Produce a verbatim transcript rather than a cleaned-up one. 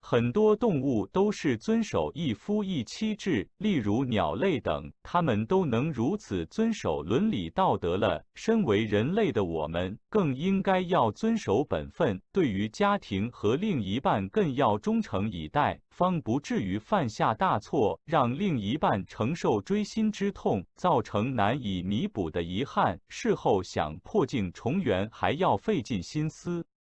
很多动物都是遵守一夫一妻制，例如鸟类等，它们都能如此遵守伦理道德了。身为人类的我们，更应该要遵守本分，对于家庭和另一半更要忠诚以待，方不至于犯下大错，让另一半承受锥心之痛，造成难以弥补的遗憾，事后想破镜重圆还要费尽心思。